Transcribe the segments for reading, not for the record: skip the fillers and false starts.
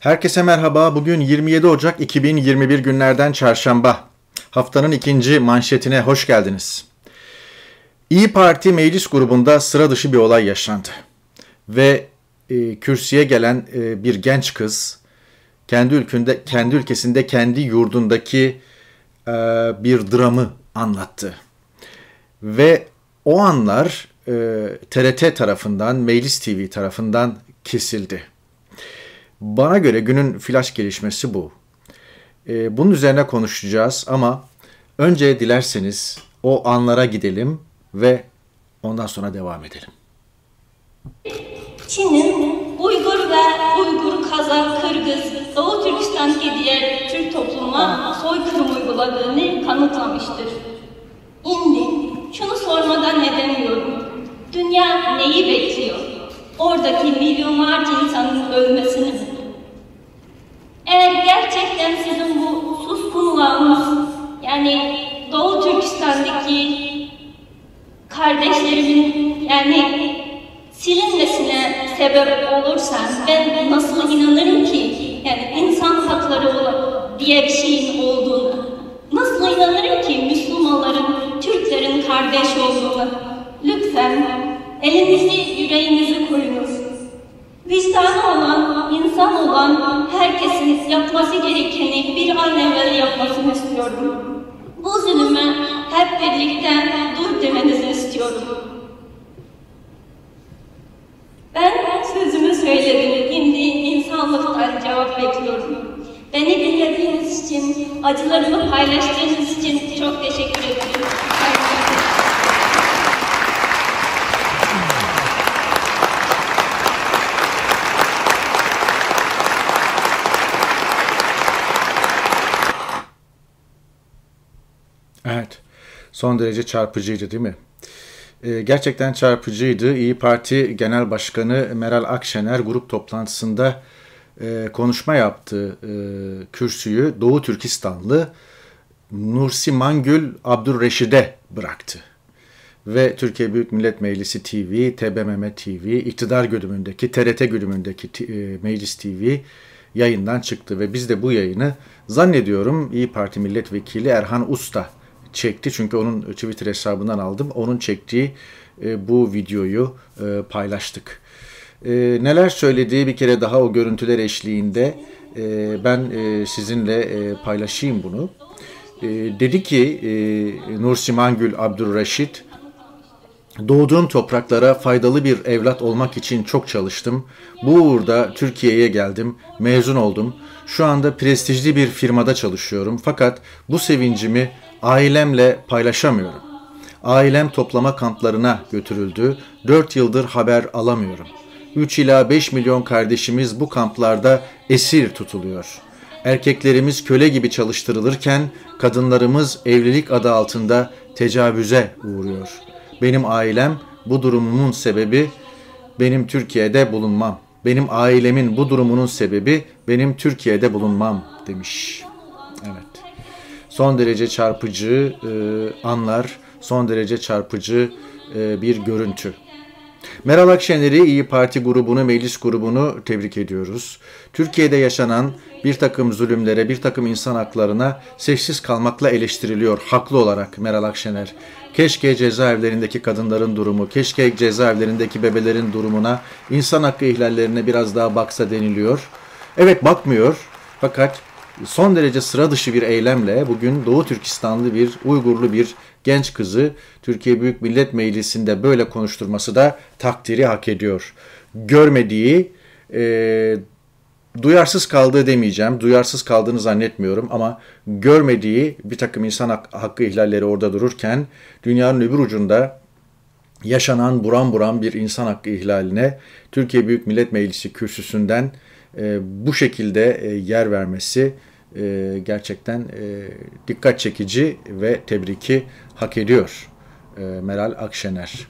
Herkese merhaba. Bugün 27 Ocak 2021 günlerden çarşamba. Haftanın ikinci manşetine hoş geldiniz. İyi Parti meclis grubunda sıra dışı bir olay yaşandı. Ve kürsüye gelen bir genç kız kendi ülkesinde, kendi yurdundaki bir dramı anlattı. Ve o anlar TRT tarafından, Meclis TV tarafından kesildi. Bana göre günün flash gelişmesi bu. Bunun üzerine konuşacağız ama önce dilerseniz o anlara gidelim ve ondan sonra devam edelim. Çin'in Uygur ve Uygur, Kazak, Kırgız, Doğu Türkistan'daki diğer Türk topluma soykırım uyguladığını kanıtlamıştır. Şimdi şunu sormadan edemiyorum. Dünya neyi bekliyor? Oradaki milyonlarca insanın ölmesini mi? Eğer gerçekten sizin bu suskunluğunuz, yani Doğu Türkistan'daki kardeşlerimin silinmesine sebep olursa ben nasıl inanırım ki insan hakları diye bir şeyin olduğunu? Nasıl inanırım ki Müslümanların, Türklerin kardeş olduğunu? Lütfen elinizi yüreğinizi koyunuz. Vicdanı olan, insan olan herkesin yapması gerekeni bir an evvel yapmasını istiyorum. Bu zulüme hep birlikte dur demenizi istiyorum. Ben sözümü söyledim. Şimdi insanlıktan cevap bekliyorum. Beni dinlediğiniz için, acılarımı paylaştığınız için çok teşekkür ederim. Evet, son derece çarpıcıydı değil mi? Gerçekten çarpıcıydı. İyi Parti Genel Başkanı Meral Akşener grup toplantısında konuşma yaptı. Kürsüyü Doğu Türkistanlı Nursi Mangül Abdurreşid'e bıraktı. Ve Türkiye Büyük Millet Meclisi TV, TBMM TV, iktidar güdümündeki, TRT güdümündeki Meclis TV yayından çıktı. Ve biz de bu yayını zannediyorum İyi Parti Milletvekili Erhan Usta çekti. Çünkü onun Twitter hesabından aldım. Onun çektiği bu videoyu paylaştık. Neler söylediği bir kere daha o görüntüler eşliğinde ben sizinle paylaşayım bunu. Dedi ki Nursi Mangül Abdurreşid, doğduğum topraklara faydalı bir evlat olmak için çok çalıştım. Bu uğurda Türkiye'ye geldim, mezun oldum. Şu anda prestijli bir firmada çalışıyorum. Fakat bu sevincimi ailemle paylaşamıyorum. Ailem toplama kamplarına götürüldü. 4 yıldır haber alamıyorum. 3 ila 5 milyon kardeşimiz bu kamplarda esir tutuluyor. Erkeklerimiz köle gibi çalıştırılırken kadınlarımız evlilik adı altında tecavüze uğruyor. Benim ailem bu durumumun sebebi benim Türkiye'de bulunmam. Benim ailemin bu durumunun sebebi benim Türkiye'de bulunmam demiş. Evet. Son derece çarpıcı anlar, son derece çarpıcı bir görüntü. Meral Akşener'i, İyi Parti grubunu, meclis grubunu tebrik ediyoruz. Türkiye'de yaşanan bir takım zulümlere, bir takım insan haklarına sessiz kalmakla eleştiriliyor haklı olarak Meral Akşener. Keşke cezaevlerindeki kadınların durumu, keşke cezaevlerindeki bebelerin durumuna, insan hakkı ihlallerine biraz daha baksa deniliyor. Evet, bakmıyor fakat son derece sıra dışı bir eylemle bugün Doğu Türkistanlı bir Uygurlu bir genç kızı Türkiye Büyük Millet Meclisi'nde böyle konuşturması da takdiri hak ediyor. Görmediği, duyarsız kaldığı demeyeceğim, duyarsız kaldığını zannetmiyorum ama görmediği bir takım insan hakkı ihlalleri orada dururken dünyanın öbür ucunda yaşanan buram buram bir insan hakkı ihlaline Türkiye Büyük Millet Meclisi kürsüsünden bu şekilde yer vermesi gerçekten dikkat çekici ve tebriki hak ediyor Meral Akşener.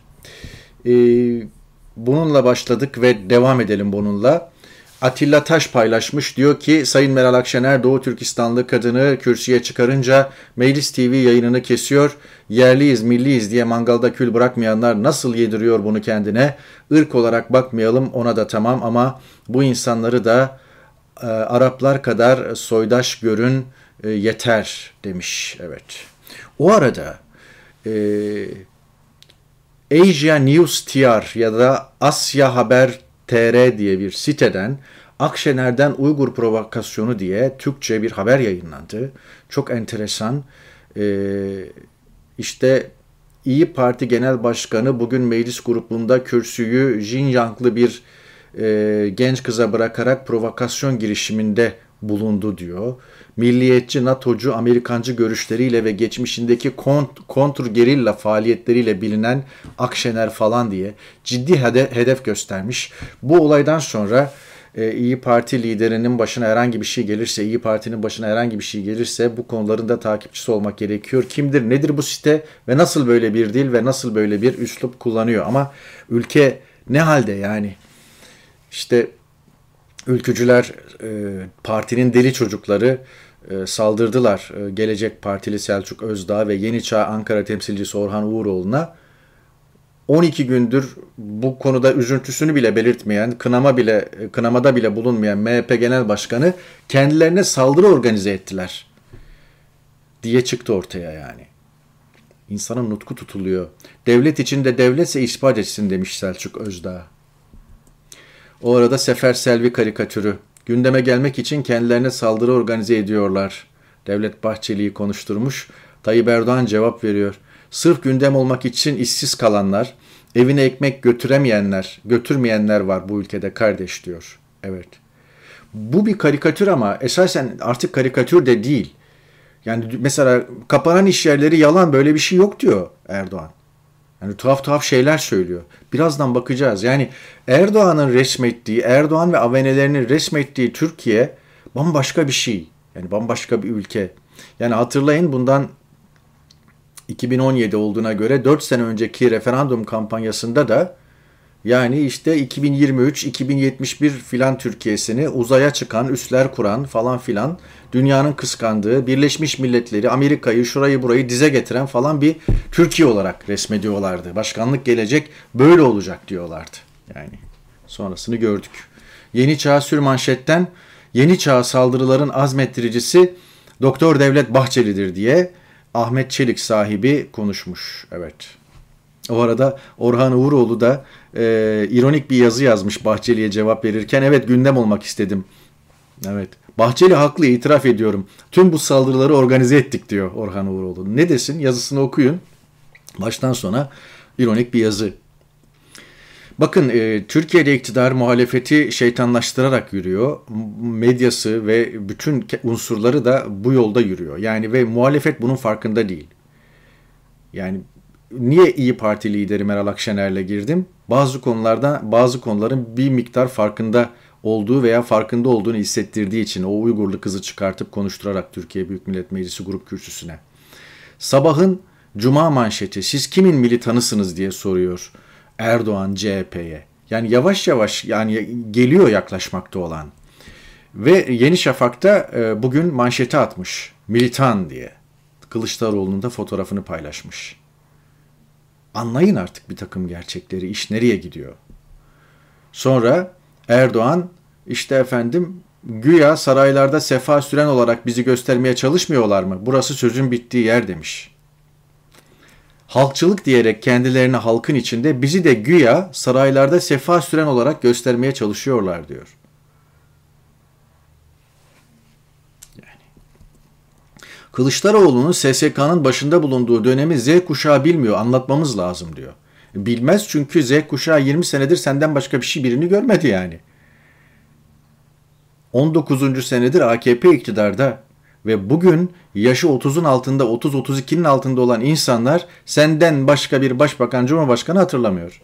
Bununla başladık ve devam edelim bununla. Atilla Taş paylaşmış, diyor ki Sayın Meral Akşener Doğu Türkistanlı kadını kürsüye çıkarınca Meclis TV yayınını kesiyor. Yerliyiz, milliyiz diye mangalda kül bırakmayanlar nasıl yediriyor bunu kendine? Irk olarak bakmayalım ona da tamam ama bu insanları da Araplar kadar soydaş görün yeter demiş. Evet. O arada Asia News TR ya da Asya Haber TR diye bir siteden Akşener'den Uygur provokasyonu diye Türkçe bir haber yayınlandı. Çok enteresan. İşte İyi Parti Genel Başkanı bugün meclis grubunda kürsüyü Xinjianglı bir genç kıza bırakarak provokasyon girişiminde bulundu diyor. Milliyetçi, NATO'cu, Amerikancı görüşleriyle ve geçmişindeki kontrgerilla faaliyetleriyle bilinen Akşener falan diye ciddi hedef göstermiş. Bu olaydan sonra İyi Parti liderinin başına herhangi bir şey gelirse, İyi Parti'nin başına herhangi bir şey gelirse bu konuların da takipçisi olmak gerekiyor. Kimdir, nedir bu site ve nasıl böyle bir dil ve nasıl böyle bir üslup kullanıyor? Ama ülke ne halde yani? İşte ülkücüler, partinin deli çocukları saldırdılar Gelecek Partili Selçuk Özdağ ve Yeni Çağ Ankara temsilcisi Orhan Uğuroğlu'na. 12 gündür bu konuda üzüntüsünü bile belirtmeyen, kınamada bile bulunmayan MHP Genel Başkanı kendilerine saldırı organize ettiler diye çıktı ortaya yani. İnsanın nutku tutuluyor. Devlet içinde devletse ispat etsin demiş Selçuk Özdağ. O arada Sefer Selvi karikatürü. Gündeme gelmek için kendilerine saldırı organize ediyorlar. Devlet Bahçeli'yi konuşturmuş. Tayyip Erdoğan cevap veriyor. Sırf gündem olmak için işsiz kalanlar, evine ekmek götürmeyenler var bu ülkede kardeş diyor. Evet. Bu bir karikatür ama esasen artık karikatür de değil. Yani mesela kapanan iş yerleri yalan, böyle bir şey yok diyor Erdoğan. Yani tuhaf şeyler söylüyor. Birazdan bakacağız. Yani Erdoğan'ın resmettiği, Erdoğan ve avenelerinin resmettiği Türkiye bambaşka bir şey. Yani bambaşka bir ülke. Yani hatırlayın, bundan 2017 olduğuna göre 4 sene önceki referandum kampanyasında da yani işte 2023, 2071 filan Türkiye'sini uzaya çıkan, üsler kuran falan filan, dünyanın kıskandığı, Birleşmiş Milletleri, Amerika'yı, şurayı burayı dize getiren falan bir Türkiye olarak resmediyorlardı. Başkanlık gelecek, böyle olacak diyorlardı. Yani sonrasını gördük. Yeni Çağ sürmanşetten Yeni Çağ saldırıların azmettiricisi Doktor Devlet Bahçeli'dir diye Ahmet Çelik sahibi konuşmuş. Evet. O arada Orhan Uğuroğlu da ironik bir yazı yazmış Bahçeli'ye cevap verirken. Evet, gündem olmak istedim. Evet. Bahçeli haklı, itiraf ediyorum. Tüm bu saldırıları organize ettik diyor Orhan Uğuroğlu. Ne desin? Yazısını okuyun. Baştan sona ironik bir yazı. Bakın, Türkiye'de iktidar muhalefeti şeytanlaştırarak yürüyor. Medyası ve bütün unsurları da bu yolda yürüyor. Yani ve muhalefet bunun farkında değil. Yani niye İyi Parti lideri Meral Akşener'le girdim? Bazı konuların bir miktar farkında olduğu veya farkında olduğunu hissettirdiği için o Uygurlu kızı çıkartıp konuşturarak Türkiye Büyük Millet Meclisi grup kürsüsüne. Sabahın Cuma manşeti, siz kimin militanısınız diye soruyor Erdoğan CHP'ye. Yani yavaş yavaş yani geliyor yaklaşmakta olan. Ve Yeni Şafak'ta bugün manşeti atmış. Militan diye. Kılıçdaroğlu'nun da fotoğrafını paylaşmış. Anlayın artık bir takım gerçekleri. İş nereye gidiyor? Sonra Erdoğan işte efendim güya saraylarda sefa süren olarak bizi göstermeye çalışmıyorlar mı? Burası sözün bittiği yer demiş. Halkçılık diyerek kendilerini halkın içinde, bizi de güya saraylarda sefa süren olarak göstermeye çalışıyorlar diyor. Yani Kılıçdaroğlu'nun SSK'nın başında bulunduğu dönemi Z kuşağı bilmiyor, anlatmamız lazım diyor. Bilmez çünkü Z kuşağı 20 senedir senden başka bir şey birini görmedi yani. 19. senedir AKP iktidarda ve bugün yaşı 30'un altında, 30-32'nin altında olan insanlar senden başka bir başbakan, cumhurbaşkanı hatırlamıyor.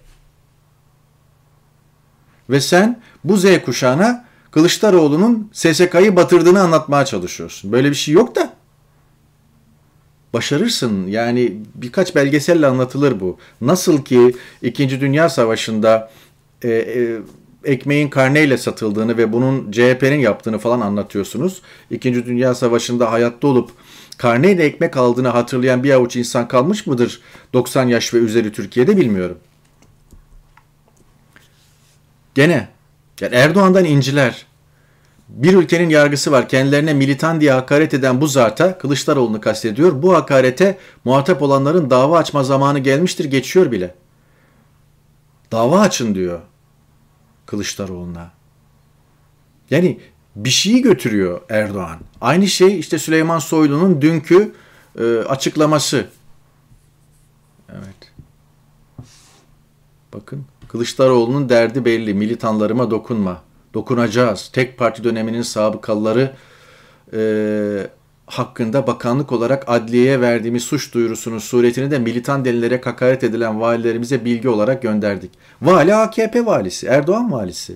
Ve sen bu Z kuşağına Kılıçdaroğlu'nun SSK'yı batırdığını anlatmaya çalışıyorsun. Böyle bir şey yok da. Başarırsın. Yani birkaç belgeselle anlatılır bu. Nasıl ki 2. Dünya Savaşı'nda ekmeğin karneyle satıldığını ve bunun CHP'nin yaptığını falan anlatıyorsunuz. 2. Dünya Savaşı'nda hayatta olup karneyle ekmek aldığını hatırlayan bir avuç insan kalmış mıdır 90 yaş ve üzeri Türkiye'de, bilmiyorum. Gene yani Erdoğan'dan inciler. Bir ülkenin yargısı var. Kendilerine militan diye hakaret eden bu zata, Kılıçdaroğlu'nu kastediyor. Bu hakarete muhatap olanların dava açma zamanı gelmiştir, geçiyor bile. Dava açın diyor Kılıçdaroğlu'na. Yani bir şeyi götürüyor Erdoğan. Aynı şey işte Süleyman Soylu'nun dünkü açıklaması. Evet. Bakın, Kılıçdaroğlu'nun derdi belli. Militanlarıma dokunma. Dokunacağız. Tek parti döneminin sabıkalıları hakkında bakanlık olarak adliyeye verdiğimiz suç duyurusunun suretini de militan denilere hakaret edilen valilerimize bilgi olarak gönderdik. Vali AKP valisi, Erdoğan valisi.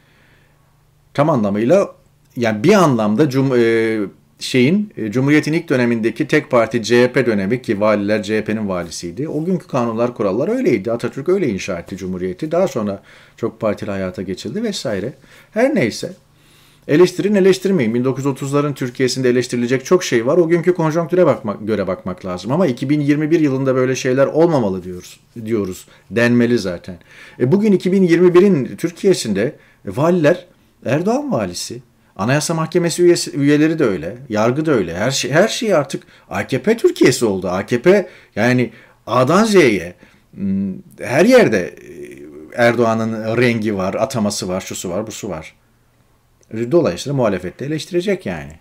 Tam anlamıyla, yani bir anlamda Cumhuriyet'in ilk dönemindeki tek parti CHP dönemi, ki valiler CHP'nin valisiydi. O günkü kanunlar, kurallar öyleydi. Atatürk öyle inşa etti Cumhuriyet'i. Daha sonra çok partili hayata geçildi vesaire. Her neyse. Eleştirin, eleştirmeyin. 1930'ların Türkiye'sinde eleştirilecek çok şey var. O günkü konjonktüre göre bakmak lazım. Ama 2021 yılında böyle şeyler olmamalı diyoruz. Denmeli zaten. Bugün 2021'in Türkiye'sinde valiler, Erdoğan valisi, Anayasa Mahkemesi üyeleri de öyle, yargı da öyle. Her şey artık AKP Türkiye'si oldu. AKP, yani A'dan Z'ye her yerde Erdoğan'ın rengi var, ataması var, şusu var, busu var. Dolayısıyla muhalefette eleştirecek yani.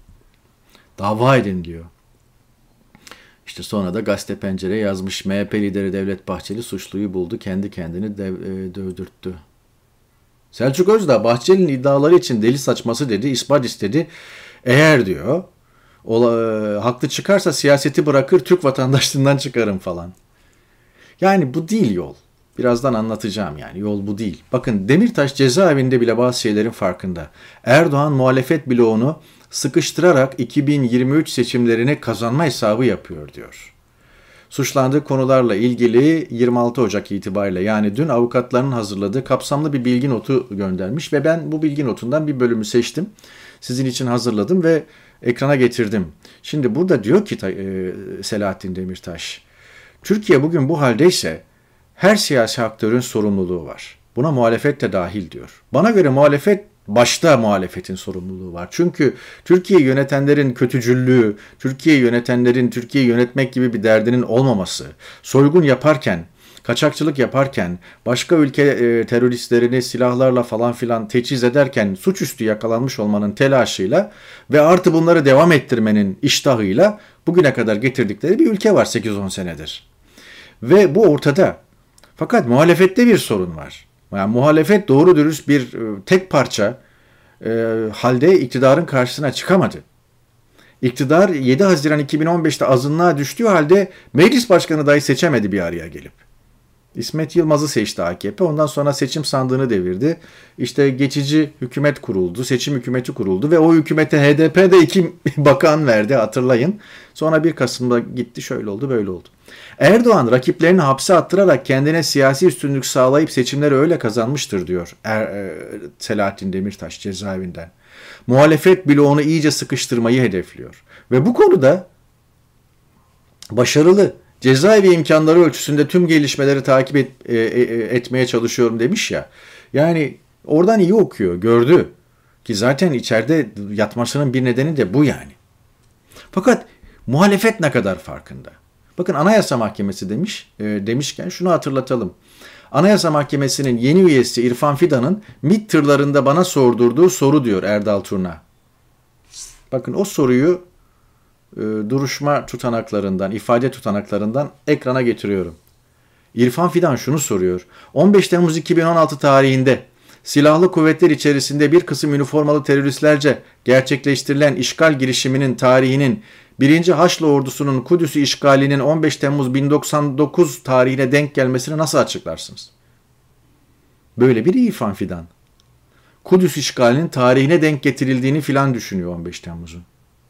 Dava edin diyor. İşte sonra da Gazete Pencere yazmış. MHP lideri Devlet Bahçeli suçluyu buldu, kendi kendini dövdürttü. Selçuk Özdağ, Bahçeli'nin iddiaları için deli saçması dedi, ispat istedi. Eğer diyor, haklı çıkarsa siyaseti bırakır, Türk vatandaşlığından çıkarım falan. Yani bu değil yol. Birazdan anlatacağım yani. Yol bu değil. Bakın, Demirtaş cezaevinde bile bazı şeylerin farkında. Erdoğan muhalefet bloğunu sıkıştırarak 2023 seçimlerini kazanma hesabı yapıyor diyor. Suçlandığı konularla ilgili 26 Ocak itibariyle, yani dün, avukatlarının hazırladığı kapsamlı bir bilgi notu göndermiş ve ben bu bilgi notundan bir bölümü seçtim. Sizin için hazırladım ve ekrana getirdim. Şimdi burada diyor ki Selahattin Demirtaş, Türkiye bugün bu haldeyse her siyasi aktörün sorumluluğu var. Buna muhalefet de dahil diyor. Bana göre başta muhalefetin sorumluluğu var. Çünkü Türkiye'yi yönetenlerin kötücüllüğü, Türkiye'yi yönetmek gibi bir derdinin olmaması, soygun yaparken, kaçakçılık yaparken, başka ülke teröristlerini silahlarla falan filan teçhiz ederken suçüstü yakalanmış olmanın telaşıyla ve artı bunları devam ettirmenin iştahıyla bugüne kadar getirdikleri bir ülke var 8-10 senedir. Ve bu ortada. Fakat muhalefette bir sorun var. Yani muhalefet doğru dürüst bir tek parça halde iktidarın karşısına çıkamadı. İktidar 7 Haziran 2015'te azınlığa düştüğü halde meclis başkanı dahi seçemedi bir araya gelip. İsmet Yılmaz'ı seçti AKP. Ondan sonra seçim sandığını devirdi. İşte geçici hükümet kuruldu. Seçim hükümeti kuruldu ve o hükümete HDP de 2 bakan verdi, hatırlayın. Sonra 1 Kasım'da gitti, şöyle oldu, böyle oldu. Erdoğan rakiplerini hapse attırarak kendine siyasi üstünlük sağlayıp seçimleri öyle kazanmıştır diyor Selahattin Demirtaş cezaevinden. Muhalefet bloğunu iyice sıkıştırmayı hedefliyor. Ve bu konuda başarılı. Cezaevi imkanları ölçüsünde tüm gelişmeleri takip etmeye çalışıyorum demiş ya. Yani oradan iyi okuyor, gördü. Ki zaten içeride yatmasının bir nedeni de bu yani. Fakat muhalefet ne kadar farkında? Bakın, Anayasa Mahkemesi demişken şunu hatırlatalım. Anayasa Mahkemesi'nin yeni üyesi İrfan Fidan'ın MİT tırlarında bana sordurduğu soru diyor Erdal Turna. Bakın, o soruyu duruşma tutanaklarından, ifade tutanaklarından ekrana getiriyorum. İrfan Fidan şunu soruyor. 15 Temmuz 2016 tarihinde silahlı kuvvetler içerisinde bir kısım üniformalı teröristlerce gerçekleştirilen işgal girişiminin tarihinin 1. Haçlı Ordusu'nun Kudüs'ü işgalinin 15 Temmuz 1099 tarihine denk gelmesini nasıl açıklarsınız? Böyle bir İrfan Fidan. Kudüs işgalinin tarihine denk getirildiğini filan düşünüyor 15 Temmuz'un.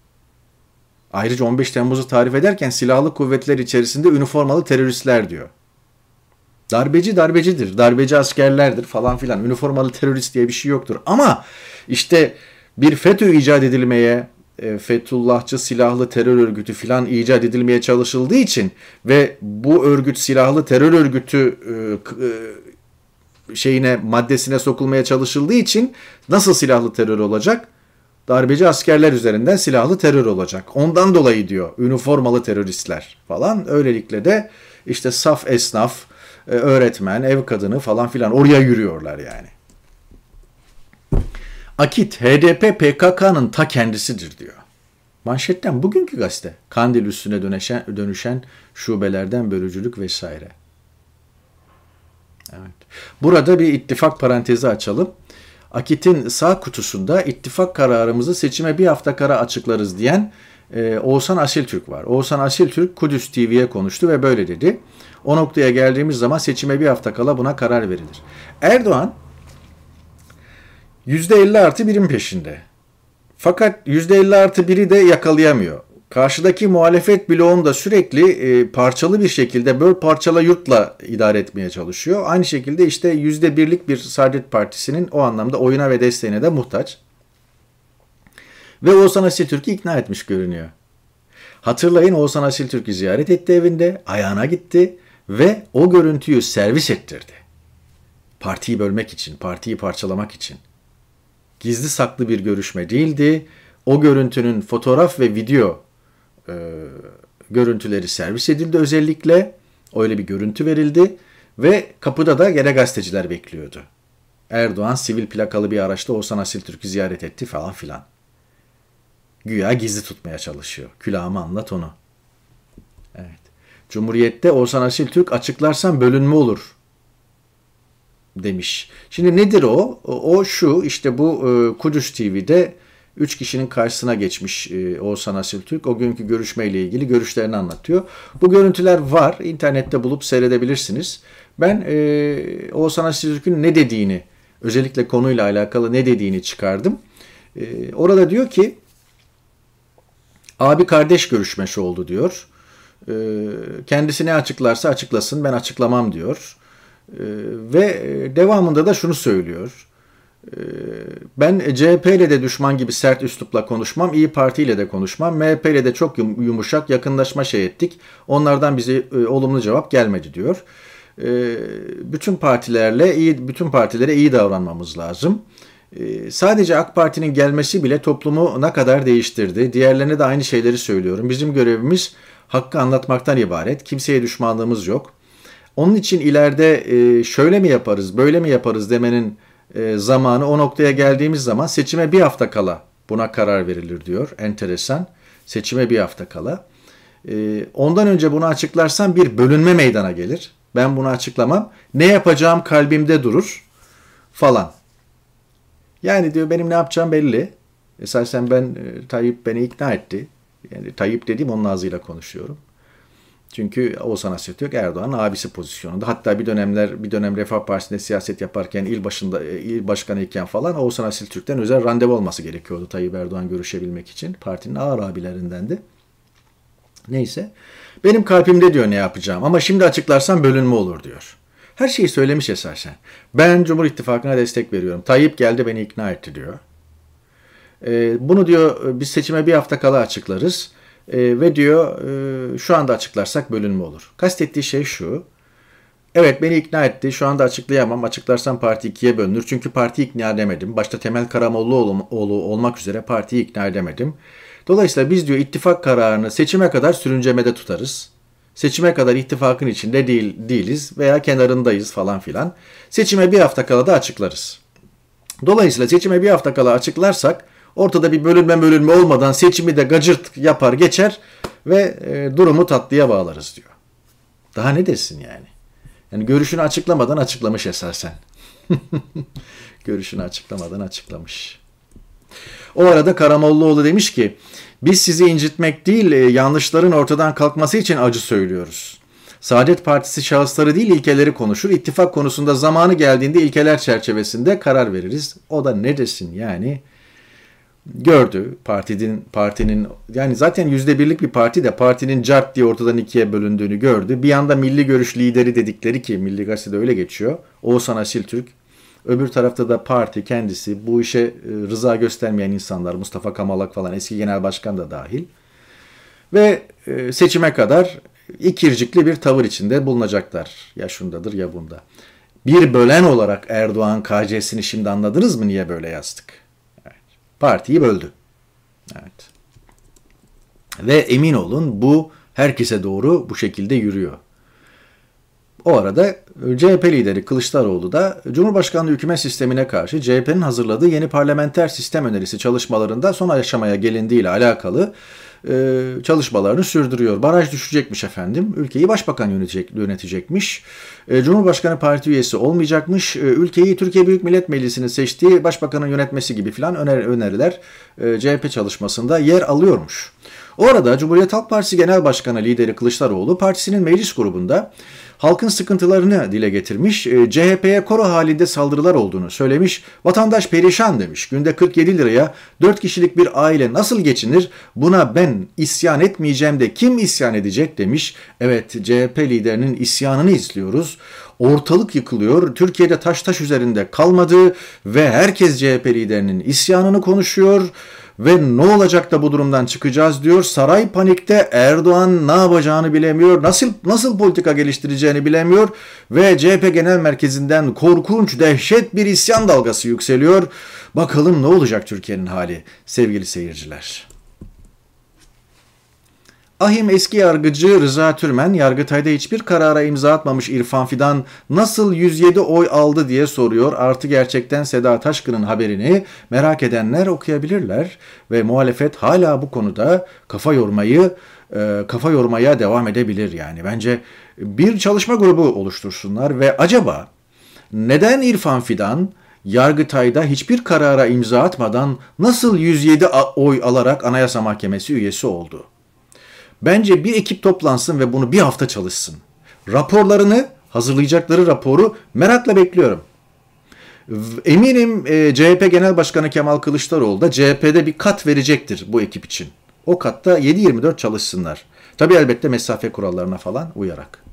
Ayrıca 15 Temmuz'u tarif ederken silahlı kuvvetler içerisinde üniformalı teröristler diyor. Darbeci darbecidir, darbeci askerlerdir falan filan. Üniformalı terörist diye bir şey yoktur. Ama işte bir FETÖ icat edilmeye, Fethullahçı silahlı terör örgütü filan icat edilmeye çalışıldığı için ve bu örgüt silahlı terör örgütü maddesine sokulmaya çalışıldığı için nasıl silahlı terör olacak? Darbeci askerler üzerinden silahlı terör olacak. Ondan dolayı diyor üniformalı teröristler falan. Öylelikle de işte saf esnaf, öğretmen, ev kadını falan filan oraya yürüyorlar yani. Akit, HDP PKK'nın ta kendisidir diyor. Manşetten bugünkü gazete. Kandil üstüne dönüşen şubelerden bölücülük vesaire. Evet. Burada bir ittifak parantezi açalım. Akit'in sağ kutusunda ittifak kararımızı seçime bir hafta kala açıklarız diyen Oğuzhan Asiltürk var. Oğuzhan Asiltürk Kudüs TV'ye konuştu ve böyle dedi. O noktaya geldiğimiz zaman seçime bir hafta kala buna karar verilir. Erdoğan %50+1'in peşinde. Fakat %50+1'i de yakalayamıyor. Karşıdaki muhalefet bloğunu da sürekli parçalı bir şekilde böl parçala yurtla idare etmeye çalışıyor. Aynı şekilde işte %1'lik bir Saadet Partisi'nin o anlamda oyuna ve desteğine de muhtaç. Ve Oğuzhan Asiltürk'ü ikna etmiş görünüyor. Hatırlayın, Oğuzhan Asiltürk'ü ziyaret etti evinde, ayağına gitti ve o görüntüyü servis ettirdi. Partiyi bölmek için, partiyi parçalamak için. Gizli saklı bir görüşme değildi. O görüntünün fotoğraf ve video görüntüleri servis edildi özellikle. Öyle bir görüntü verildi ve kapıda da gene gazeteciler bekliyordu. Erdoğan sivil plakalı bir araçta Oğuzhan Asiltürk'ü ziyaret etti falan filan. Güya gizli tutmaya çalışıyor. Külahıma anlat onu. Evet. Cumhuriyet'te Oğuzhan Asiltürk açıklarsan bölünme olur demiş. Şimdi nedir o? O şu, işte bu Kudüs TV'de 3 kişinin karşısına geçmiş Oğuzhan Asiltürk. O günkü görüşmeyle ilgili görüşlerini anlatıyor. Bu görüntüler var. İnternette bulup seyredebilirsiniz. Ben Oğuzhan Asiltürk'ün ne dediğini, özellikle konuyla alakalı ne dediğini çıkardım. Orada diyor ki, abi kardeş görüşmesi oldu diyor. Kendisi ne açıklarsa açıklasın, ben açıklamam diyor. Ve devamında da şunu söylüyor. Ben CHP ile de düşman gibi sert üslupla konuşmam, İYİ Parti ile de konuşmam, MHP ile de çok yumuşak yakınlaşma ettik. Onlardan bize olumlu cevap gelmedi diyor. Bütün partilere iyi davranmamız lazım. Sadece AK Parti'nin gelmesi bile toplumu ne kadar değiştirdi. Diğerlerine de aynı şeyleri söylüyorum. Bizim görevimiz hakkı anlatmaktan ibaret. Kimseye düşmanlığımız yok. Onun için ileride şöyle mi yaparız, böyle mi yaparız demenin zamanı, o noktaya geldiğimiz zaman seçime bir hafta kala buna karar verilir diyor. Enteresan. Seçime bir hafta kala. Ondan önce bunu açıklarsam bir bölünme meydana gelir. Ben bunu açıklamam. Ne yapacağım kalbimde durur falan. Yani diyor benim ne yapacağım belli. Esasen Tayyip beni ikna etti. Yani Tayyip dediğim onun ağzıyla konuşuyorum. Çünkü Oğuzhan Asiltürk Erdoğan'ın abisi pozisyonunda. Hatta bir dönem Refah Partisi'nde siyaset yaparken il başkanı iken falan Oğuzhan Asiltürk'ten özel randevu olması gerekiyordu Tayyip Erdoğan görüşebilmek için. Partinin ağır abilerindendi. Neyse. Benim kalbimde diyor ne yapacağım ama şimdi açıklarsam bölünme olur diyor. Her şeyi söylemiş esasen. Ben Cumhur İttifakı'na destek veriyorum. Tayyip geldi beni ikna etti diyor. Bunu diyor biz seçime bir hafta kala açıklarız. Ve diyor şu anda açıklarsak bölünme olur. Kastettiği şey şu. Evet beni ikna etti. Şu anda açıklayamam. Açıklarsam parti ikiye bölünür. Çünkü partiyi ikna edemedim. Başta Temel Karamollaoğlu olmak üzere partiyi ikna edemedim. Dolayısıyla biz diyor ittifak kararını seçime kadar sürüncemede tutarız. Seçime kadar ittifakın içinde değiliz veya kenarındayız falan filan. Seçime bir hafta kala da açıklarız. Dolayısıyla seçime bir hafta kala açıklarsak ortada bir bölünme olmadan seçimi de gacırt yapar geçer ve durumu tatlıya bağlarız diyor. Daha ne desin yani? Yani görüşünü açıklamadan açıklamış esasen. Görüşünü açıklamadan açıklamış. O arada Karamollaoğlu demiş ki biz sizi incitmek değil yanlışların ortadan kalkması için acı söylüyoruz. Saadet Partisi şahısları değil ilkeleri konuşur. İttifak konusunda zamanı geldiğinde ilkeler çerçevesinde karar veririz. O da ne desin yani? Gördü partinin yani zaten %1'lik bir parti de partinin cart diye ortadan ikiye bölündüğünü gördü. Bir yanda milli görüş lideri dedikleri ki Milli Gazete'de öyle geçiyor. Oğuzhan Asiltürk. Öbür tarafta da parti kendisi bu işe rıza göstermeyen insanlar Mustafa Kamalak falan eski genel başkan da dahil. Ve seçime kadar ikircikli bir tavır içinde bulunacaklar. Ya şundadır ya bunda. Bir bölen olarak Erdoğan KC'sini şimdi anladınız mı niye böyle yazdık? Evet. Partiyi böldü. Evet. Ve emin olun bu herkese doğru bu şekilde yürüyor. O arada CHP lideri Kılıçdaroğlu da Cumhurbaşkanlığı hükümet sistemine karşı CHP'nin hazırladığı yeni parlamenter sistem önerisi çalışmalarında son aşamaya gelindiğiyle alakalı çalışmalarını sürdürüyor. Baraj düşecekmiş efendim. Ülkeyi başbakan yönetecekmiş. Cumhurbaşkanı parti üyesi olmayacakmış. Ülkeyi Türkiye Büyük Millet Meclisi'nin seçtiği başbakanın yönetmesi gibi filan öneriler CHP çalışmasında yer alıyormuş. O arada Cumhuriyet Halk Partisi Genel Başkanı lideri Kılıçdaroğlu partisinin meclis grubunda halkın sıkıntılarını dile getirmiş, CHP'ye koro halinde saldırılar olduğunu söylemiş, vatandaş perişan demiş. Günde 47 liraya 4 kişilik bir aile nasıl geçinir? Buna ben isyan etmeyeceğim de kim isyan edecek demiş. Evet, CHP liderinin isyanını izliyoruz. Ortalık yıkılıyor. Türkiye'de taş üzerinde kalmadı ve herkes CHP liderinin isyanını konuşuyor. Ve ne olacak da bu durumdan çıkacağız diyor. Saray panikte, Erdoğan ne yapacağını bilemiyor. Nasıl politika geliştireceğini bilemiyor. Ve CHP Genel Merkezi'nden korkunç, dehşet bir isyan dalgası yükseliyor. Bakalım ne olacak Türkiye'nin hali sevgili seyirciler. Ahim eski yargıcı Rıza Türmen, Yargıtay'da hiçbir karara imza atmamış İrfan Fidan nasıl 107 oy aldı diye soruyor. Artı gerçekten Seda Taşkın'ın haberini merak edenler okuyabilirler. Ve muhalefet hala bu konuda kafa yormaya devam edebilir yani. Bence bir çalışma grubu oluştursunlar ve acaba neden İrfan Fidan Yargıtay'da hiçbir karara imza atmadan nasıl 107 oy alarak Anayasa Mahkemesi üyesi oldu? Bence bir ekip toplansın ve bunu bir hafta çalışsın. Raporlarını, hazırlayacakları raporu merakla bekliyorum. Eminim CHP Genel Başkanı Kemal Kılıçdaroğlu da CHP'de bir kat verecektir bu ekip için. O katta 7/24 çalışsınlar. Tabii elbette mesafe kurallarına falan uyarak.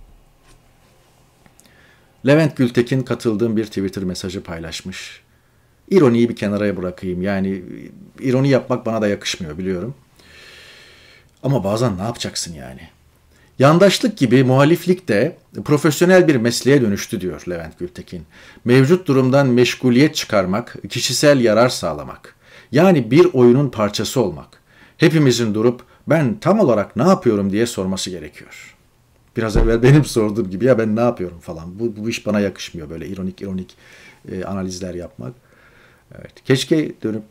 Levent Gültekin katıldığım bir Twitter mesajı paylaşmış. İroniyi bir kenara bırakayım. Yani ironi yapmak bana da yakışmıyor biliyorum. Ama bazen ne yapacaksın yani? Yandaşlık gibi muhaliflik de profesyonel bir mesleğe dönüştü diyor Levent Gültekin. Mevcut durumdan meşguliyet çıkarmak, kişisel yarar sağlamak. Yani bir oyunun parçası olmak. Hepimizin durup ben tam olarak ne yapıyorum diye sorması gerekiyor. Biraz evvel benim sorduğum gibi ya ben ne yapıyorum falan. Bu iş bana yakışmıyor böyle ironik analizler yapmak. Evet. Keşke dönüp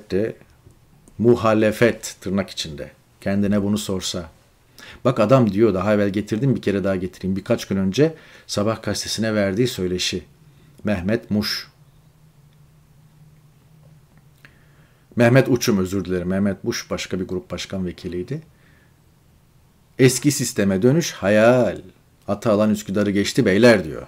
muhalefet tırnak içinde kendine bunu sorsa. Bak adam diyor, daha evvel getirdim, bir kere daha getireyim. Birkaç gün önce Sabah gazetesine verdiği söyleşi. Mehmet Uçum özür dilerim. Mehmet Muş başka bir grup başkan vekiliydi. Eski sisteme dönüş hayal. Ata alan Üsküdar'ı geçti beyler diyor.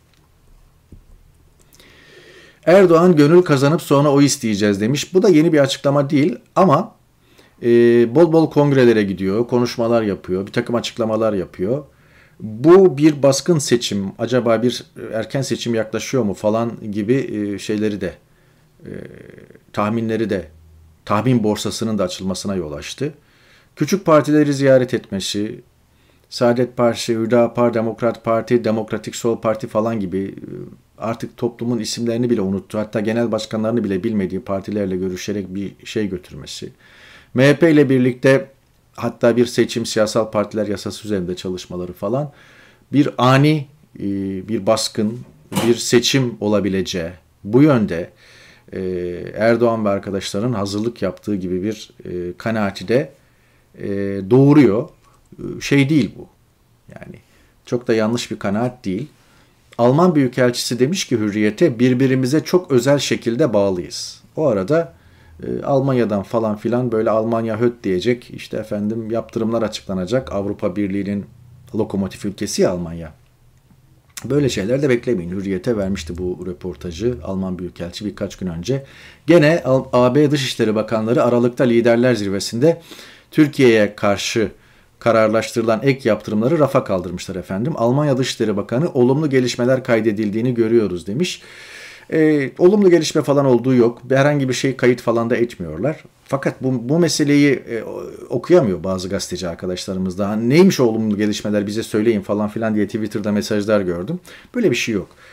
Erdoğan gönül kazanıp sonra oy isteyeceğiz demiş. Bu da yeni bir açıklama değil ama bol bol kongrelere gidiyor, konuşmalar yapıyor, bir takım açıklamalar yapıyor. Bu bir baskın seçim, acaba bir erken seçim yaklaşıyor mu falan gibi şeyleri de, tahminleri de, tahmin borsasının da açılmasına yol açtı. Küçük partileri ziyaret etmesi, Saadet Partisi, Hüdapar, Demokrat Parti, Demokratik Sol Parti falan gibi artık toplumun isimlerini bile unuttu. Hatta genel başkanlarını bile bilmediği partilerle görüşerek bir şey götürmesi. MHP ile birlikte hatta bir seçim siyasal partiler yasası üzerinde çalışmaları falan bir ani bir baskın, bir seçim olabileceği bu yönde Erdoğan ve arkadaşlarının hazırlık yaptığı gibi bir kanaati de doğuruyor. Şey değil bu. Yani çok da yanlış bir kanaat değil. Alman Büyükelçisi demiş ki Hürriyet'e birbirimize çok özel şekilde bağlıyız. O arada Almanya'dan falan filan böyle Almanya höt diyecek, işte efendim yaptırımlar açıklanacak. Avrupa Birliği'nin lokomotif ülkesi ya Almanya. Böyle şeyler de beklemeyin. Hürriyet'e vermişti bu röportajı Alman Büyükelçi birkaç gün önce. Gene AB Dışişleri Bakanları Aralık'ta Liderler Zirvesi'nde Türkiye'ye karşı kararlaştırılan ek yaptırımları rafa kaldırmışlar efendim. Almanya Dışişleri Bakanı olumlu gelişmeler kaydedildiğini görüyoruz demiş. Olumlu gelişme falan olduğu yok. Herhangi bir şey kayıt falan da etmiyorlar. Fakat bu meseleyi okuyamıyor bazı gazeteci arkadaşlarımız daha. Neymiş o olumlu gelişmeler bize söyleyin falan filan diye Twitter'da mesajlar gördüm. Böyle bir şey yok.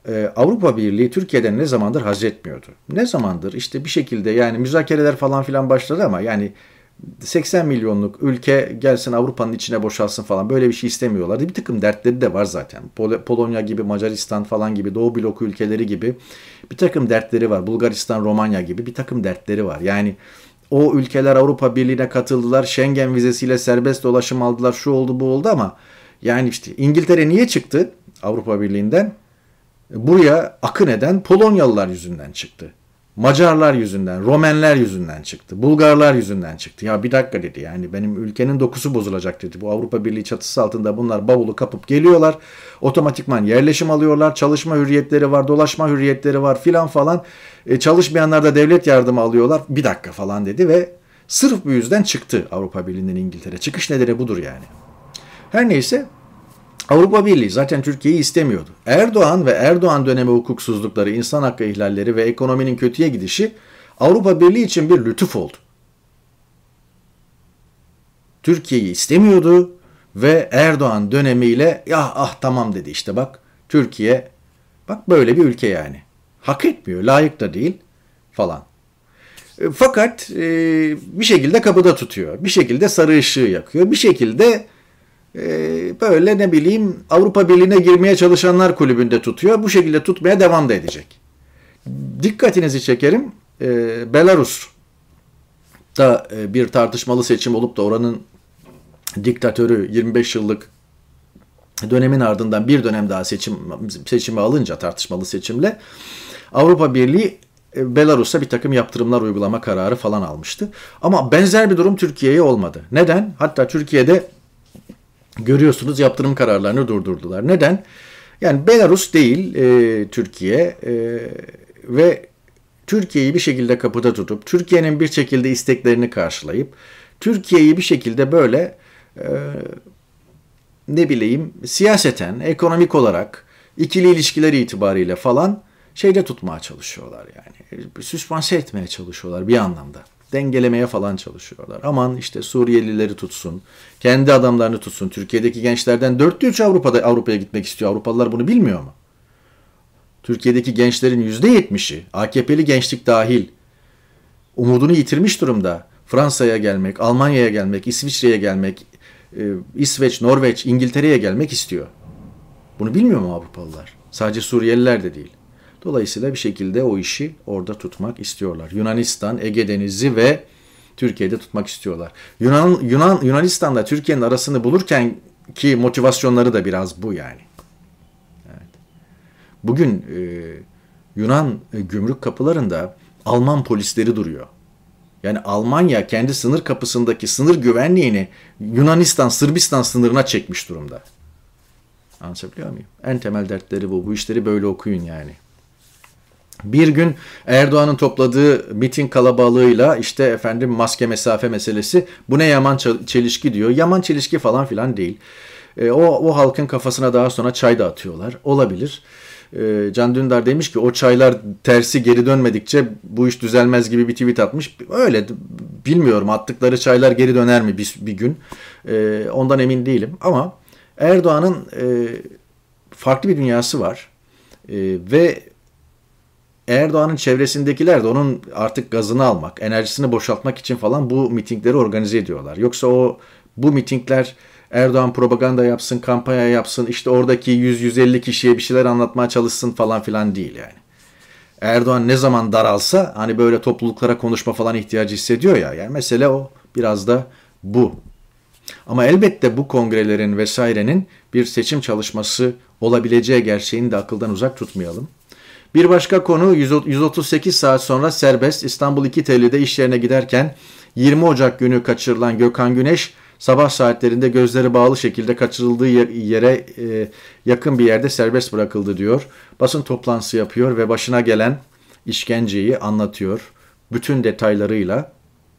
Avrupa Birliği Türkiye'den ne zamandır haz etmiyordu. Ne zamandır işte bir şekilde yani müzakereler falan filan başladı ama yani 80 milyonluk ülke gelsin Avrupa'nın içine boşalsın falan böyle bir şey istemiyorlardı. Bir takım dertleri de var zaten. Polonya gibi, Macaristan falan gibi, Doğu bloku ülkeleri gibi bir takım dertleri var. Bulgaristan, Romanya gibi bir takım dertleri var. Yani o ülkeler Avrupa Birliği'ne katıldılar. Schengen vizesiyle serbest dolaşım aldılar. Şu oldu bu oldu ama yani işte İngiltere niye çıktı Avrupa Birliği'nden? Buraya akın eden Polonyalılar yüzünden çıktı. Macarlar yüzünden, Romenler yüzünden çıktı. Bulgarlar yüzünden çıktı. Ya bir dakika dedi yani benim ülkenin dokusu bozulacak dedi. Bu Avrupa Birliği çatısı altında bunlar bavulu kapıp geliyorlar. Otomatikman yerleşim alıyorlar. Çalışma hürriyetleri var, dolaşma hürriyetleri var filan falan. Çalışmayanlar da devlet yardımı alıyorlar. Bir dakika falan dedi ve sırf bu yüzden çıktı Avrupa Birliği'nden İngiltere. Çıkış nedeni budur yani. Her neyse Avrupa Birliği zaten Türkiye'yi istemiyordu. Erdoğan ve Erdoğan dönemi hukuksuzlukları, insan hakkı ihlalleri ve ekonominin kötüye gidişi Avrupa Birliği için bir lütuf oldu. Türkiye'yi istemiyordu ve Erdoğan dönemiyle ya tamam dedi işte bak Türkiye bak böyle bir ülke yani. Hak etmiyor, layık da değil falan. Fakat bir şekilde kapıda tutuyor. Bir şekilde sarı ışığı yakıyor. Bir şekilde böyle ne bileyim Avrupa Birliği'ne girmeye çalışanlar kulübünde tutuyor. Bu şekilde tutmaya devam da edecek. Dikkatinizi çekerim. Belarus'ta bir tartışmalı seçim olup da oranın diktatörü 25 yıllık dönemin ardından bir dönem daha seçimi alınca tartışmalı seçimle Avrupa Birliği Belarus'a bir takım yaptırımlar uygulama kararı falan almıştı. Ama benzer bir durum Türkiye'ye olmadı. Neden? Hatta Türkiye'de görüyorsunuz yaptırım kararlarını durdurdular. Neden? Yani Belarus değil Türkiye ve Türkiye'yi bir şekilde kapıda tutup Türkiye'nin bir şekilde isteklerini karşılayıp Türkiye'yi bir şekilde böyle ne bileyim siyaseten, ekonomik olarak ikili ilişkiler itibariyle falan şeyde tutmaya çalışıyorlar yani. Süspanse etmeye çalışıyorlar bir anlamda. Dengelemeye falan çalışıyorlar. Aman işte Suriyelileri tutsun, kendi adamlarını tutsun. Türkiye'deki gençlerden 4'te 3 Avrupa'ya gitmek istiyor. Avrupalılar bunu bilmiyor mu? Türkiye'deki gençlerin %70'i, AKP'li gençlik dahil, umudunu yitirmiş durumda. Fransa'ya gelmek, Almanya'ya gelmek, İsviçre'ye gelmek, İsveç, Norveç, İngiltere'ye gelmek istiyor. Bunu bilmiyor mu Avrupalılar? Sadece Suriyeliler de değil. Dolayısıyla bir şekilde o işi orada tutmak istiyorlar. Yunanistan, Ege Denizi ve Türkiye'de tutmak istiyorlar. Yunanistan'la Türkiye'nin arasını bulurken ki motivasyonları da biraz bu yani. Evet. Bugün Yunan gümrük kapılarında Alman polisleri duruyor. Yani Almanya kendi sınır kapısındaki sınır güvenliğini Yunanistan, Sırbistan sınırına çekmiş durumda. Anlatabiliyor muyum? En temel dertleri bu. Bu işleri böyle okuyun yani. Bir gün Erdoğan'ın topladığı miting kalabalığıyla işte efendim maske mesafe meselesi bu ne yaman çelişki diyor. Yaman çelişki falan filan değil. O halkın kafasına daha sonra çay da atıyorlar. Olabilir. Can Dündar demiş ki o çaylar tersi geri dönmedikçe bu iş düzelmez gibi bir tweet atmış. Öyle bilmiyorum attıkları çaylar geri döner mi bir gün. Ondan emin değilim ama Erdoğan'ın farklı bir dünyası var. Ve Erdoğan'ın çevresindekiler de onun artık gazını almak, enerjisini boşaltmak için falan bu mitingleri organize ediyorlar. Yoksa bu mitingler Erdoğan propaganda yapsın, kampanya yapsın, işte oradaki 100-150 kişiye bir şeyler anlatmaya çalışsın falan filan değil yani. Erdoğan ne zaman daralsa hani böyle topluluklara konuşma falan ihtiyacı hissediyor ya. Yani mesele o. Biraz da bu. Ama elbette bu kongrelerin vesairenin bir seçim çalışması olabileceği gerçeğini de akıldan uzak tutmayalım. Bir başka konu 138 saat sonra serbest İstanbul 2T'li'de iş yerine giderken 20 Ocak günü kaçırılan Gökhan Güneş sabah saatlerinde gözleri bağlı şekilde kaçırıldığı yere yakın bir yerde serbest bırakıldı diyor. Basın toplantısı yapıyor ve başına gelen işkenceyi anlatıyor. Bütün detaylarıyla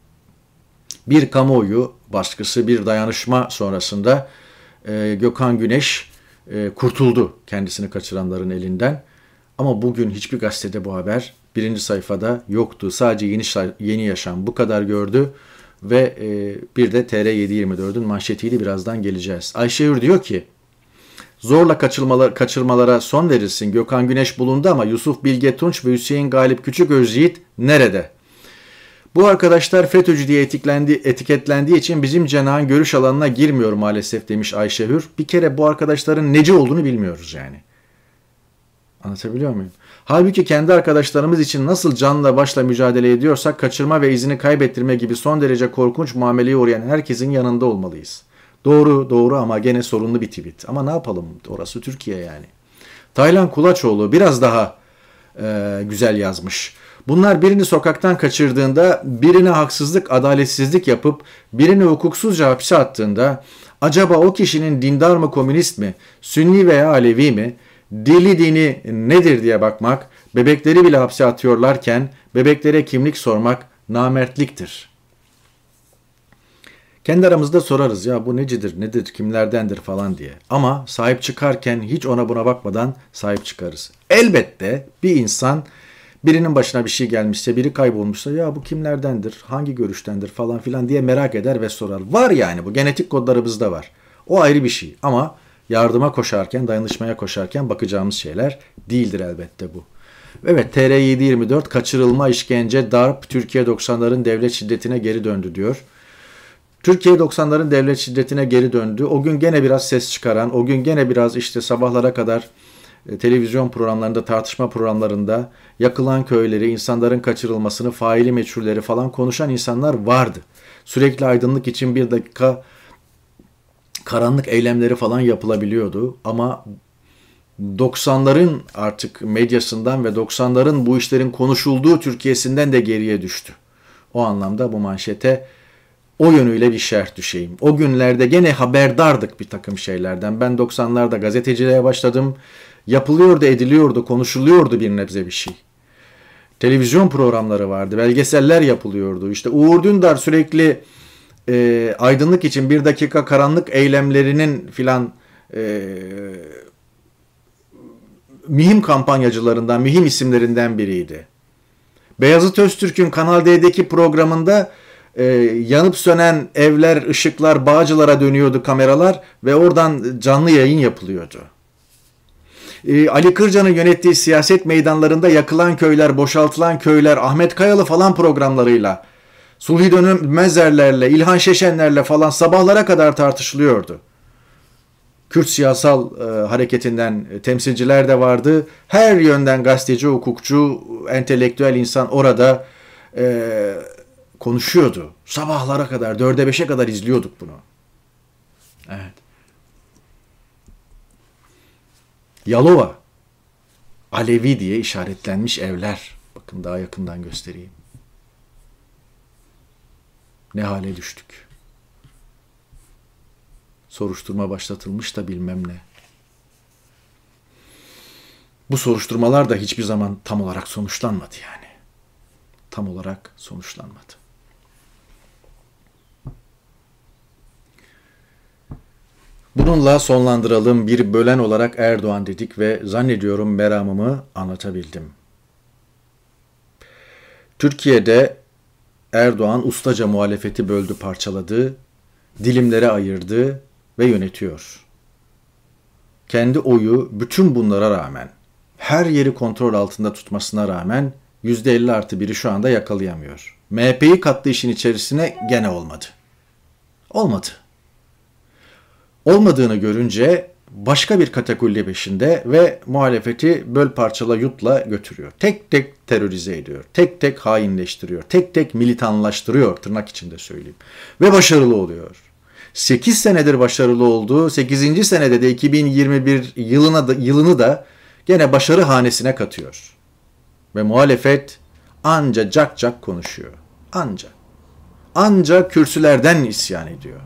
bir kamuoyu baskısı, bir dayanışma sonrasında Gökhan Güneş kurtuldu kendisini kaçıranların elinden. Ama bugün hiçbir gazetede bu haber birinci sayfada yoktu. Sadece Yeni Yaşam bu kadar gördü ve bir de TR724'ün manşetiyle birazdan geleceğiz. Ayşe Hür diyor ki Zorla kaçırmalara son verilsin. Gökhan Güneş bulundu ama Yusuf Bilge Tunç ve Hüseyin Galip Küçüközyiğit nerede? Bu arkadaşlar FETÖ'cü diye etiketlendiği için bizim cenahın görüş alanına girmiyor maalesef demiş Ayşe Hür. Bir kere bu arkadaşların neci olduğunu bilmiyoruz yani. Anlatabiliyor muyum? Halbuki kendi arkadaşlarımız için nasıl canla başla mücadele ediyorsak kaçırma ve izini kaybettirme gibi son derece korkunç muameleye uğrayan herkesin yanında olmalıyız. Doğru ama gene sorunlu bir tweet. Ama ne yapalım? Orası Türkiye yani. Taylan Kulaçoğlu biraz daha güzel yazmış. Bunlar birini sokaktan kaçırdığında, birine haksızlık, adaletsizlik yapıp birini hukuksuzca hapse attığında acaba o kişinin dindar mı, komünist mi, Sünni veya Alevi mi, dili dini nedir diye bakmak, bebekleri bile hapse atıyorlarken bebeklere kimlik sormak namertliktir. Kendi aramızda sorarız ya bu necidir, nedir, kimlerdendir falan diye. Ama sahip çıkarken hiç ona buna bakmadan sahip çıkarız. Elbette bir insan birinin başına bir şey gelmişse, biri kaybolmuşsa ya bu kimlerdendir, hangi görüştendir falan filan diye merak eder ve sorar. Var yani bu genetik kodlarımızda var. O ayrı bir şey ama yardıma koşarken, dayanışmaya koşarken bakacağımız şeyler değildir elbette bu. Evet, TR724 kaçırılma, işkence, darp, Türkiye 90'ların devlet şiddetine geri döndü diyor. Türkiye 90'ların devlet şiddetine geri döndü. O gün gene biraz ses çıkaran, o gün gene biraz işte sabahlara kadar televizyon programlarında, tartışma programlarında yakılan köyleri, insanların kaçırılmasını, faili meçhulleri falan konuşan insanlar vardı. Sürekli aydınlık için bir dakika karanlık eylemleri falan yapılabiliyordu. Ama 90'ların artık medyasından ve 90'ların bu işlerin konuşulduğu Türkiye'sinden de geriye düştü. O anlamda bu manşete o yönüyle bir şerh düşeyim. O günlerde gene haberdardık bir takım şeylerden. Ben 90'larda gazeteciliğe başladım. Yapılıyordu, ediliyordu, konuşuluyordu bir nebze bir şey. Televizyon programları vardı, belgeseller yapılıyordu. İşte Uğur Dündar sürekli aydınlık için bir dakika karanlık eylemlerinin filan mühim kampanyacılarından, mühim isimlerinden biriydi. Beyazıt Öztürk'ün Kanal D'deki programında yanıp sönen evler, ışıklar, Bağcılar'a dönüyordu kameralar ve oradan canlı yayın yapılıyordu. Ali Kırca'nın yönettiği siyaset meydanlarında yakılan köyler, boşaltılan köyler, Ahmet Kayalı falan programlarıyla, Sulhi Dönmezler'lerle, İlhan Şeşenler'le falan sabahlara kadar tartışılıyordu. Kürt siyasal hareketinden temsilciler de vardı. Her yönden gazeteci, hukukçu, entelektüel insan orada konuşuyordu. Sabahlara kadar, 4'e 5'e kadar izliyorduk bunu. Evet. Yalova, Alevi diye işaretlenmiş evler. Bakın daha yakından göstereyim. Ne hale düştük. Soruşturma başlatılmış da bilmem ne. Bu soruşturmalar da hiçbir zaman tam olarak sonuçlanmadı yani. Tam olarak sonuçlanmadı. Bununla sonlandıralım. Bir bölen olarak Erdoğan dedik ve zannediyorum meramımı anlatabildim. Türkiye'de Erdoğan ustaca muhalefeti böldü, parçaladı, dilimlere ayırdı ve yönetiyor. Kendi oyu bütün bunlara rağmen, her yeri kontrol altında tutmasına rağmen %50+1'i şu anda yakalayamıyor. MHP'yi kattı işin içerisine gene olmadı. Olmadı. Olmadığını görünce başka bir katakulli peşinde ve muhalefeti böl parçala yutla götürüyor. Tek tek terörize ediyor. Tek tek hainleştiriyor. Tek tek militanlaştırıyor, tırnak içinde söyleyeyim. Ve başarılı oluyor. 8 senedir başarılı oldu. 8. senede de 2021 yılını da gene başarı hanesine katıyor. Ve muhalefet anca cak cak konuşuyor. Anca kürsülerden isyan ediyor.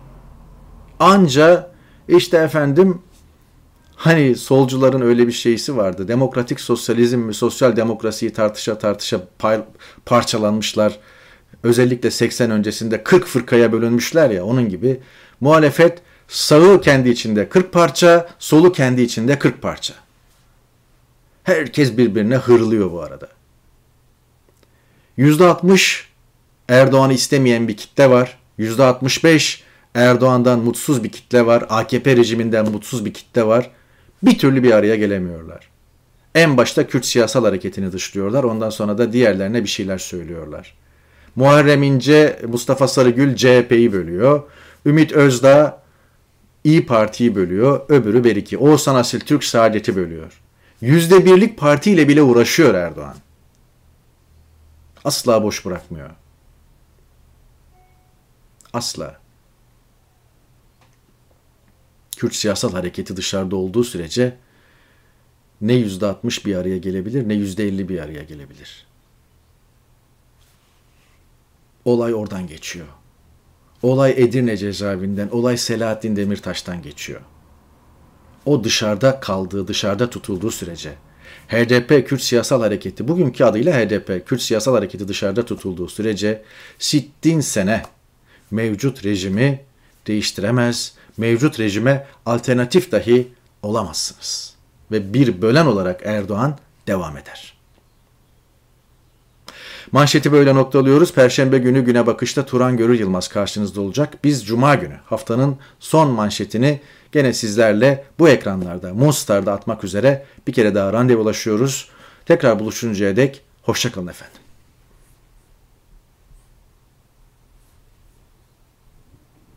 Anca işte efendim hani solcuların öyle bir şeysi vardı. Demokratik sosyalizm mi, sosyal demokrasiyi tartışa parçalanmışlar. Özellikle 80 öncesinde 40 fırkaya bölünmüşler ya, onun gibi. Muhalefet sağı kendi içinde 40 parça, solu kendi içinde 40 parça. Herkes birbirine hırlıyor bu arada. %60 Erdoğan'ı istemeyen bir kitle var. %65 Erdoğan'dan mutsuz bir kitle var. AKP rejiminden mutsuz bir kitle var. Bir türlü bir araya gelemiyorlar. En başta Kürt siyasal hareketini dışlıyorlar. Ondan sonra da diğerlerine bir şeyler söylüyorlar. Muharrem İnce, Mustafa Sarıgül CHP'yi bölüyor. Ümit Özdağ İyi Parti'yi bölüyor. Öbürü Beriki. Oğuzhan Asil Türk Saadet'i bölüyor. %1'lik partiyle bile uğraşıyor Erdoğan. Asla boş bırakmıyor. Asla. Kürt siyasal hareketi dışarıda olduğu sürece ne %60 bir araya gelebilir, ne %50 bir araya gelebilir. Olay oradan geçiyor. Olay Edirne cezaevinden, olay Selahattin Demirtaş'tan geçiyor. O dışarıda kaldığı, dışarıda tutulduğu sürece, HDP Kürt Siyasal Hareketi, bugünkü adıyla HDP Kürt Siyasal Hareketi dışarıda tutulduğu sürece 60 sene mevcut rejimi değiştiremez, mevcut rejime alternatif dahi olamazsınız. Ve bir bölen olarak Erdoğan devam eder. Manşeti böyle noktalıyoruz. Perşembe günü Güne Bakış'ta Turan Görür Yılmaz karşınızda olacak. Biz Cuma günü haftanın son manşetini gene sizlerle bu ekranlarda, Moonstar'da atmak üzere bir kere daha randevulaşıyoruz. Tekrar buluşuncaya dek hoşça kalın efendim.